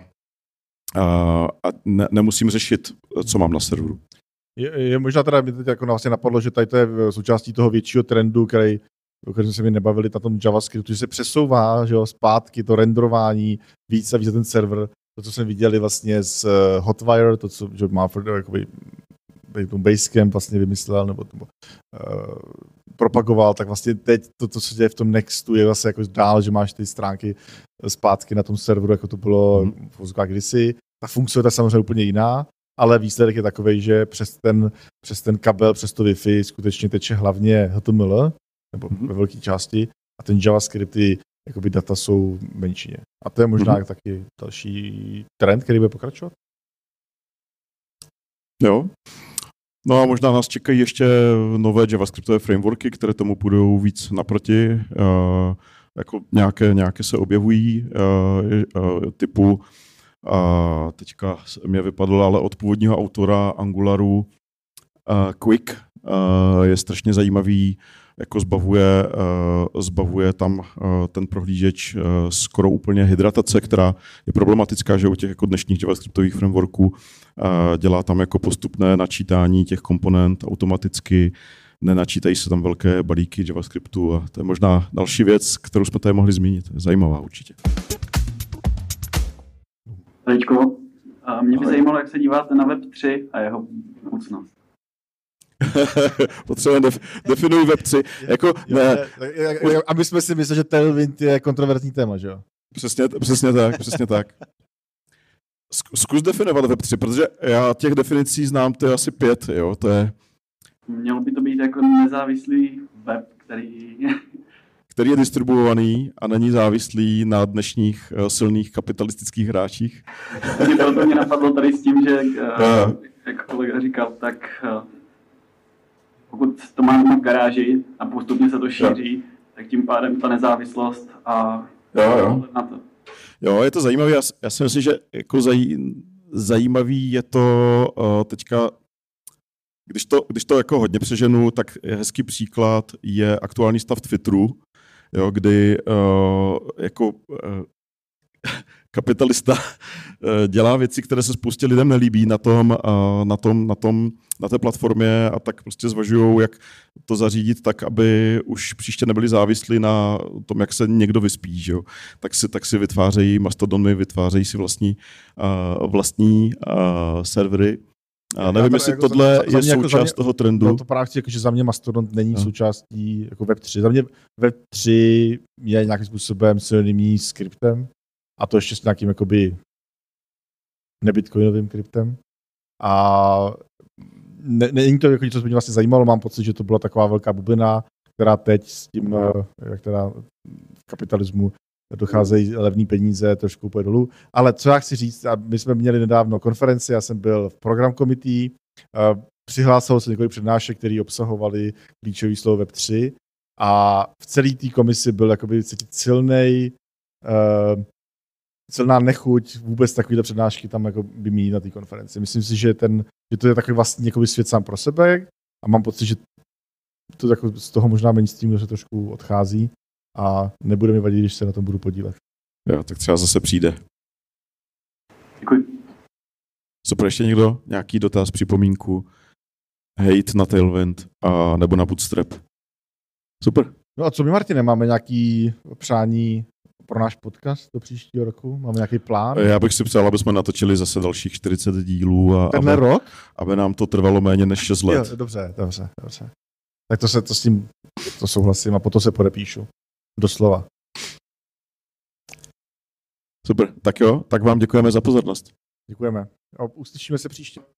nemusím řešit, co mám na serveru. Je možná teda, mě teď jako vlastně napadlo, že tady to je součástí toho většího trendu, o kterém jsme se mi nebavili na tom JavaScriptu, že se přesouvá, že jo, zpátky to renderování víc a víc ten server. To, co jsme viděli vlastně z Hotwire, to, co že má jakoby Basecamp vlastně vymyslel nebo propagoval, tak vlastně teď to, co se děje v tom Nextu, je vlastně jako dál, že máš ty stránky zpátky na tom serveru, jako to bylo kdysi. Ta funkce je samozřejmě úplně jiná, ale výsledek je takový, že přes ten kabel, přes to Wi-Fi skutečně teče hlavně HTML, nebo ve velké části, a ten JavaScript, jakoby data jsou menšině. A to je možná taky další trend, který bude pokračovat. Jo. No a možná nás čekají ještě nové javascriptové frameworky, které tomu půjdou víc naproti. Jako nějaké se objevují typu teďka mě vypadlo, ale od původního autora Angularu Quick je strašně zajímavý, jako zbavuje tam ten prohlížeč skoro úplně hydratace, která je problematická, že u těch jako dnešních javascriptových frameworků dělá tam jako postupné načítání těch komponent automaticky, nenačítají se tam velké balíky javascriptu a to je možná další věc, kterou jsme tady mohli zmínit. Je zajímavá určitě. Teďko, mě by zajímalo, jak se díváte na Web3 a jeho budoucnost. Potřebujeme definuj Web3. Jako, ne. Aby jsme si mysleli, že Tailwind je kontroverzní téma, že jo? Přesně tak. Zkus definovat Web3, protože já těch definicí znám ty asi 5, jo, to je... Mělo by to být jako nezávislý web, který je distribuovaný a není závislý na dnešních silných kapitalistických hráčích. To mě napadlo tady s tím, že jak kolega říkal, tak pokud to máme v garáži a postupně se to šíří, tak tím pádem ta nezávislost a na to. Jo, je to zajímavé. Já si myslím, že jako zajímavý je to teďka, když to jako hodně přeženu, tak hezký příklad je aktuální stav Twitteru, jo, kdy kapitalista dělá věci, které se spoustě lidem nelíbí na té platformě a tak prostě zvažujou, jak to zařídit tak, aby už příště nebyli závislí na tom, jak se někdo vyspí. Že jo? Tak si vytvářejí mastodony, vytvářejí si vlastní servery. A nevím, jestli jako tohle je součást toho trendu. No to právě chci, že za mě Mastodon není součástí jako Web3. Za mě Web3 je nějakým způsobem synonymní s kryptem. A to ještě s nějakým jakoby nebitcoinovým kryptem. A není to jako něco, co mě vlastně zajímalo. Mám pocit, že to byla taková velká bublina, která teď s tím, jak teda v kapitalismu docházejí levný peníze, trošku úplně dolů. Ale co já chci říct, a my jsme měli nedávno konferenci, já jsem byl v program committee, přihlásilo se několik přednášek, které obsahovaly klíčový slovo Web3 a v celé té komisi byl jakoby silná nechuť vůbec takovýhle přednášky tam jako by mít na té konferenci. Myslím si, že to je takový vlastní jakoby svět sám pro sebe a mám pocit, že to jako z toho možná mainstreamu se trošku odchází a nebude mi vadit, když se na tom budu podílet. Jo, tak třeba zase přijde. Děkuji. Super, ještě někdo? Nějaký dotaz, připomínku? Hejt na Tailwind a nebo na Bootstrap? Super. No a co my, Martine, máme nějaký přání pro náš podcast do příštího roku? Máme nějaký plán? Já bych si přál, aby jsme natočili zase dalších 40 dílů a aby nám to trvalo méně než 6 let. Jo, dobře. Tak to s tím souhlasím a potom se podepíšu. Doslova. Super, tak jo, tak vám děkujeme za pozornost. Děkujeme. A uslyšíme se příště.